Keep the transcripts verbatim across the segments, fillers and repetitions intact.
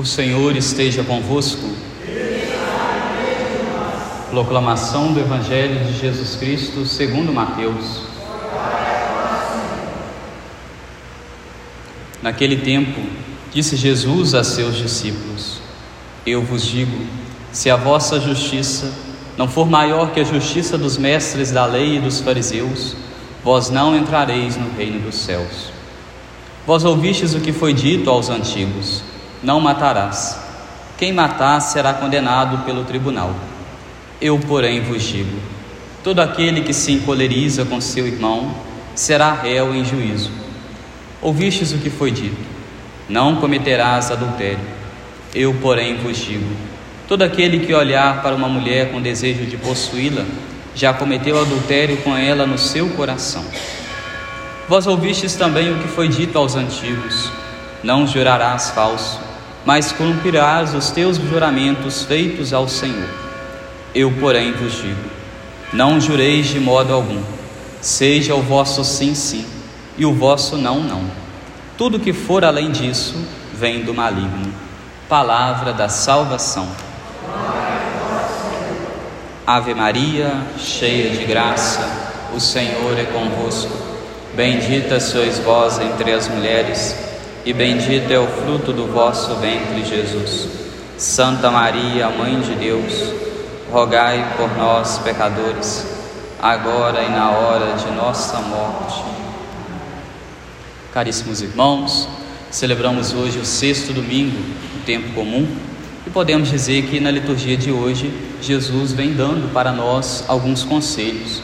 O Senhor esteja convosco. Proclamação do Evangelho de Jesus Cristo segundo Mateus. Naquele tempo, disse Jesus a seus discípulos: Eu vos digo, se a vossa justiça não for maior que a justiça dos mestres da lei e dos fariseus, vós não entrareis no reino dos céus. Vós ouvistes o que foi dito aos antigos: não matarás. Quem matar será condenado pelo tribunal. Eu, porém, vos digo: todo aquele que se encoleriza com seu irmão será réu em juízo. Ouvistes o que foi dito: não cometerás adultério. Eu, porém, vos digo: todo aquele que olhar para uma mulher com desejo de possuí-la já cometeu adultério com ela no seu coração. Vós ouvistes também o que foi dito aos antigos: não jurarás falso, mas cumprirás os teus juramentos feitos ao Senhor. Eu, porém, vos digo: não jureis de modo algum, seja o vosso sim, sim, e o vosso não, não. Tudo que for além disso vem do maligno. Palavra da salvação. Ave Maria, cheia de graça, o Senhor é convosco. Bendita sois vós entre as mulheres, e bendito é o fruto do vosso ventre, Jesus. Santa Maria, Mãe de Deus, rogai por nós, pecadores, agora e na hora de nossa morte. Caríssimos irmãos, celebramos hoje o sexto domingo do tempo comum e podemos dizer que na liturgia de hoje Jesus vem dando para nós alguns conselhos.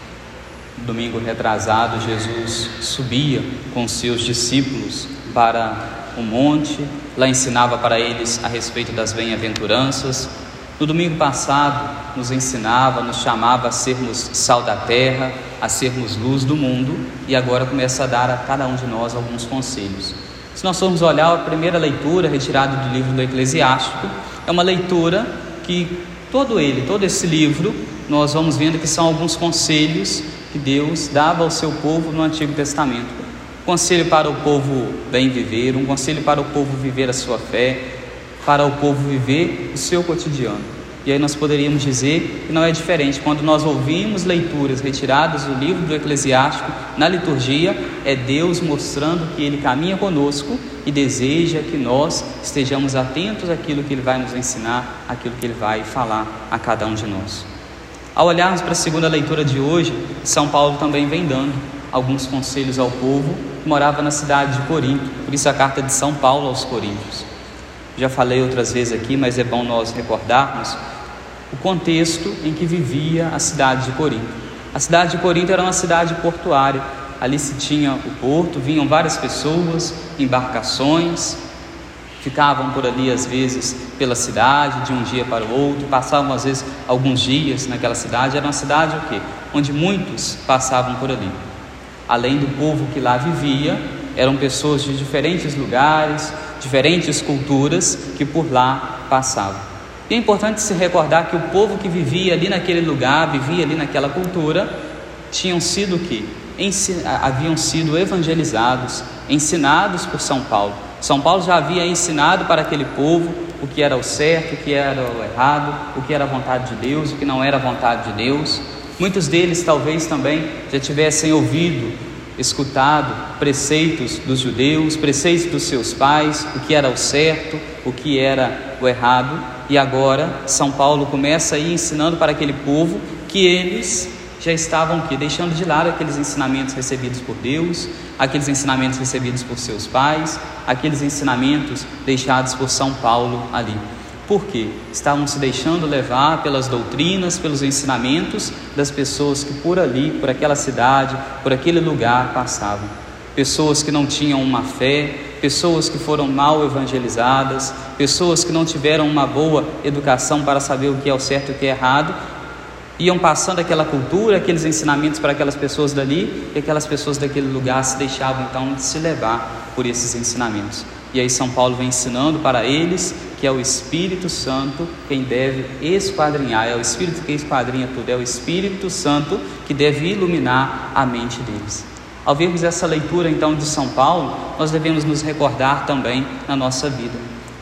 No domingo retrasado, Jesus subia com seus discípulos para o monte, lá ensinava para eles a respeito das bem-aventuranças. No domingo passado nos ensinava, nos chamava a sermos sal da terra, a sermos luz do mundo, e agora começa a dar a cada um de nós alguns conselhos. Se nós formos olhar a primeira leitura retirada do livro do Eclesiástico, é uma leitura que todo ele, todo esse livro, nós vamos vendo que são alguns conselhos que Deus dava ao seu povo no Antigo Testamento. Um conselho para o povo bem viver, um conselho para o povo viver a sua fé, para o povo viver o seu cotidiano. E aí nós poderíamos dizer que não é diferente. Quando nós ouvimos leituras retiradas do livro do Eclesiástico, na liturgia, é Deus mostrando que Ele caminha conosco e deseja que nós estejamos atentos àquilo que Ele vai nos ensinar, àquilo que Ele vai falar a cada um de nós. Ao olharmos para a segunda leitura de hoje, São Paulo também vem dando alguns conselhos ao povo que morava na cidade de Corinto. Por isso a carta de São Paulo aos Coríntios. Já falei outras vezes aqui, mas é bom nós recordarmos o contexto em que vivia a cidade de Corinto. A cidade de Corinto era uma cidade portuária. Ali se tinha o porto, vinham várias pessoas, embarcações, ficavam por ali às vezes pela cidade, de um dia para o outro, passavam às vezes alguns dias naquela cidade. Era uma cidade o quê? Onde muitos passavam por ali. Além do povo que lá vivia, eram pessoas de diferentes lugares, diferentes culturas que por lá passavam. E é importante se recordar que o povo que vivia ali naquele lugar, vivia ali naquela cultura, tinham sido o quê? Ensin... haviam sido evangelizados, ensinados por São Paulo. São Paulo já havia ensinado para aquele povo o que era o certo, o que era o errado, o que era a vontade de Deus, o que não era a vontade de Deus. Muitos deles talvez também já tivessem ouvido, escutado preceitos dos judeus, preceitos dos seus pais, o que era o certo, o que era o errado. E agora São Paulo começa a ir ensinando para aquele povo que eles já estavam aqui, deixando de lado aqueles ensinamentos recebidos por Deus, aqueles ensinamentos recebidos por seus pais, aqueles ensinamentos deixados por São Paulo ali. Por quê? Estavam se deixando levar pelas doutrinas, pelos ensinamentos das pessoas que por ali, por aquela cidade, por aquele lugar passavam. Pessoas que não tinham uma fé, pessoas que foram mal evangelizadas, pessoas que não tiveram uma boa educação para saber o que é o certo e o que é errado, iam passando aquela cultura, aqueles ensinamentos para aquelas pessoas dali, e aquelas pessoas daquele lugar se deixavam então de se levar por esses ensinamentos. E aí São Paulo vem ensinando para eles que é o Espírito Santo quem deve esquadrinhar, é o Espírito que esquadrinha tudo, é o Espírito Santo que deve iluminar a mente deles. Ao vermos essa leitura então de São Paulo, nós devemos nos recordar também na nossa vida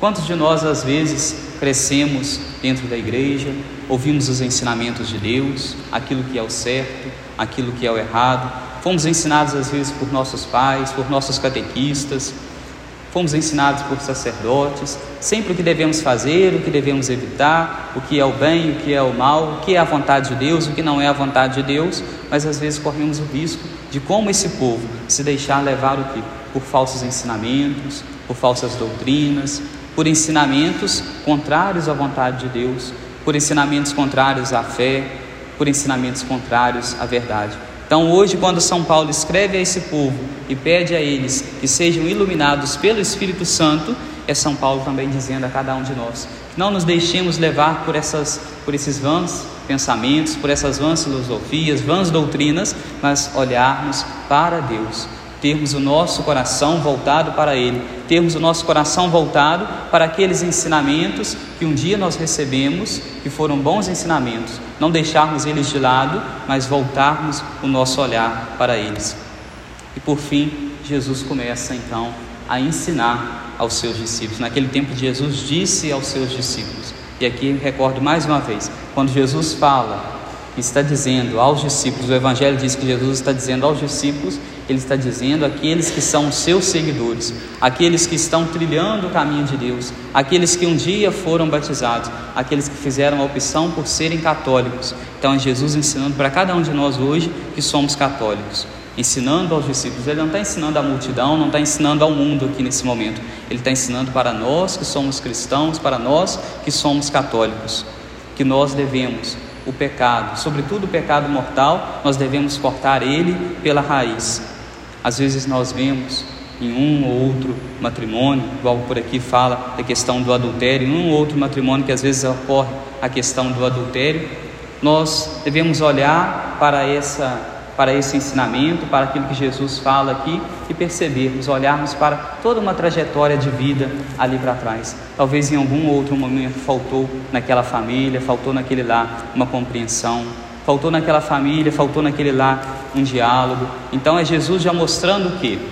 Quantos de nós às vezes crescemos dentro da igreja, ouvimos os ensinamentos de Deus, aquilo que é o certo, aquilo que é o errado, fomos ensinados às vezes por nossos pais, por nossos catequistas, fomos ensinados por sacerdotes, sempre o que devemos fazer, o que devemos evitar, o que é o bem, o que é o mal, o que é a vontade de Deus, o que não é a vontade de Deus, mas às vezes corremos o risco de, como esse povo, se deixar levar o quê? Por falsos ensinamentos, por falsas doutrinas, por ensinamentos contrários à vontade de Deus, por ensinamentos contrários à fé, por ensinamentos contrários à verdade. Então hoje, quando São Paulo escreve a esse povo e pede a eles que sejam iluminados pelo Espírito Santo, é São Paulo também dizendo a cada um de nós: não nos deixemos levar por, essas, por esses vãs pensamentos, por essas vãs filosofias, vãs doutrinas, mas olharmos para Deus, termos o nosso coração voltado para Ele, termos o nosso coração voltado para aqueles ensinamentos que um dia nós recebemos, que foram bons ensinamentos, não deixarmos eles de lado, mas voltarmos o nosso olhar para eles. E por fim, Jesus começa então a ensinar aos seus discípulos. Naquele tempo Jesus disse aos seus discípulos, e aqui recordo mais uma vez, quando Jesus fala, está dizendo aos discípulos, o Evangelho diz que Jesus está dizendo aos discípulos, Ele está dizendo àqueles que são os seus seguidores, aqueles que estão trilhando o caminho de Deus, aqueles que um dia foram batizados, aqueles que fizeram a opção por serem católicos. Então é Jesus ensinando para cada um de nós hoje que somos católicos, ensinando aos discípulos. Ele não está ensinando à multidão, não está ensinando ao mundo aqui nesse momento, Ele está ensinando para nós que somos cristãos, para nós que somos católicos, que nós devemos o pecado, sobretudo o pecado mortal, nós devemos cortar ele pela raiz. Às vezes nós vemos em um ou outro matrimônio, igual por aqui fala da questão do adultério, em um ou outro matrimônio que às vezes ocorre a questão do adultério, nós devemos olhar para essa para esse ensinamento, para aquilo que Jesus fala aqui e percebermos, olharmos para toda uma trajetória de vida ali para trás. Talvez em algum outro momento faltou naquela família, faltou naquele lar uma compreensão, faltou naquela família, faltou naquele lar um diálogo. Então é Jesus já mostrando o quê?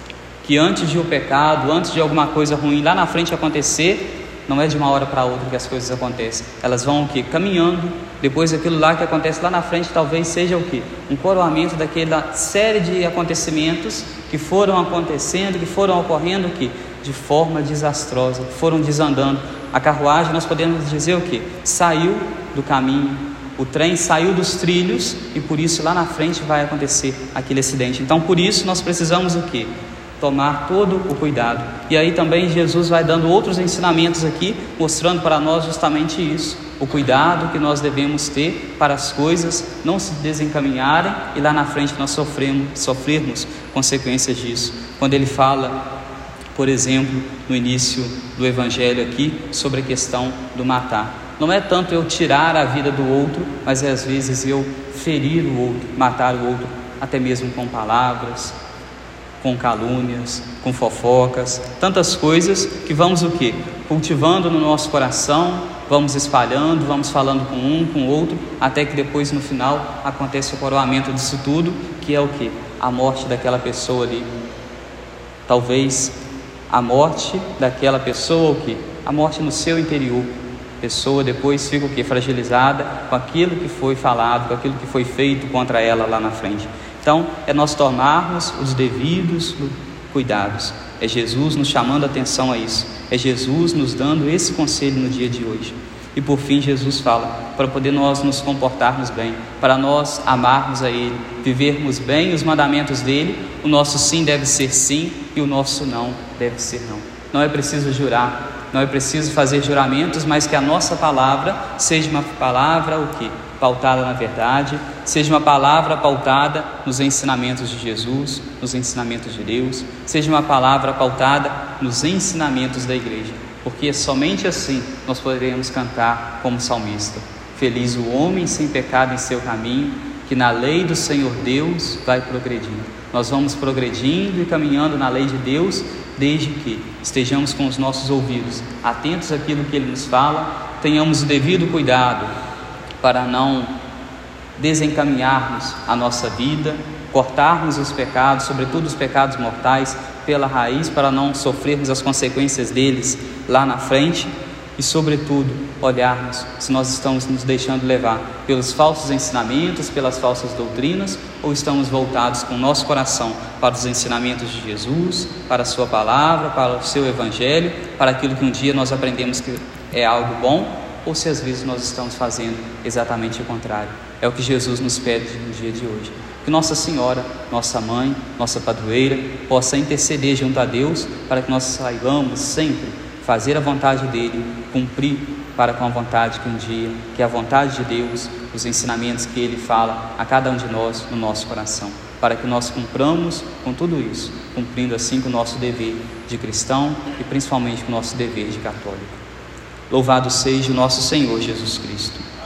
Que antes de o pecado, antes de alguma coisa ruim lá na frente acontecer, não é de uma hora para outra que as coisas acontecem, elas vão o quê? Caminhando. Depois aquilo lá que acontece lá na frente talvez seja o quê? Um coroamento daquela série de acontecimentos que foram acontecendo, que foram ocorrendo o quê? De forma desastrosa, que foram desandando. A carruagem, nós podemos dizer o quê? Saiu do caminho, o trem saiu dos trilhos e por isso lá na frente vai acontecer aquele acidente. Então por isso nós precisamos o quê? Tomar todo o cuidado. E aí também Jesus vai dando outros ensinamentos aqui, mostrando para nós justamente isso, o cuidado que nós devemos ter para as coisas não se desencaminharem e lá na frente nós sofremos, sofrermos consequências disso. Quando ele fala, por exemplo, no início do Evangelho aqui, sobre a questão do matar. Não é tanto eu tirar a vida do outro, mas é às vezes eu ferir o outro, matar o outro, até mesmo com palavras, com calúnias, com fofocas, tantas coisas que vamos o quê? Cultivando no nosso coração, vamos espalhando, vamos falando com um, com o outro, até que depois no final acontece o coroamento disso tudo, que é o quê? A morte daquela pessoa ali. Talvez a morte daquela pessoa, o quê? A morte no seu interior. A pessoa depois fica o quê? Fragilizada com aquilo que foi falado, com aquilo que foi feito contra ela lá na frente. Então, é nós tomarmos os devidos cuidados. É Jesus nos chamando a atenção a isso. É Jesus nos dando esse conselho no dia de hoje. E por fim, Jesus fala, para poder nós nos comportarmos bem, para nós amarmos a Ele, vivermos bem os mandamentos dEle, o nosso sim deve ser sim e o nosso não deve ser não. Não é preciso jurar, não é preciso fazer juramentos, mas que a nossa palavra seja uma palavra o quê? Pautada na verdade, seja uma palavra pautada nos ensinamentos de Jesus, nos ensinamentos de Deus, seja uma palavra pautada nos ensinamentos da igreja, porque somente assim nós poderemos cantar como salmista: feliz o homem sem pecado em seu caminho, que na lei do Senhor Deus vai progredindo. Nós vamos progredindo e caminhando na lei de Deus, desde que estejamos com os nossos ouvidos atentos àquilo que Ele nos fala, tenhamos o devido cuidado para não desencaminharmos a nossa vida, cortarmos os pecados, sobretudo os pecados mortais, pela raiz, para não sofrermos as consequências deles lá na frente. E, sobretudo, olharmos se nós estamos nos deixando levar pelos falsos ensinamentos, pelas falsas doutrinas, ou estamos voltados com o nosso coração para os ensinamentos de Jesus, para a sua palavra, para o seu evangelho, para aquilo que um dia nós aprendemos que é algo bom, ou se às vezes nós estamos fazendo exatamente o contrário. É o que Jesus nos pede no dia de hoje. Que Nossa Senhora, nossa mãe, nossa padroeira, possa interceder junto a Deus para que nós saibamos sempre fazer a vontade dele, cumprir para com a vontade que um dia, que é a vontade de Deus, os ensinamentos que ele fala a cada um de nós no nosso coração, para que nós cumpramos com tudo isso, cumprindo assim com o nosso dever de cristão e principalmente com o nosso dever de católico. Louvado seja o nosso Senhor Jesus Cristo.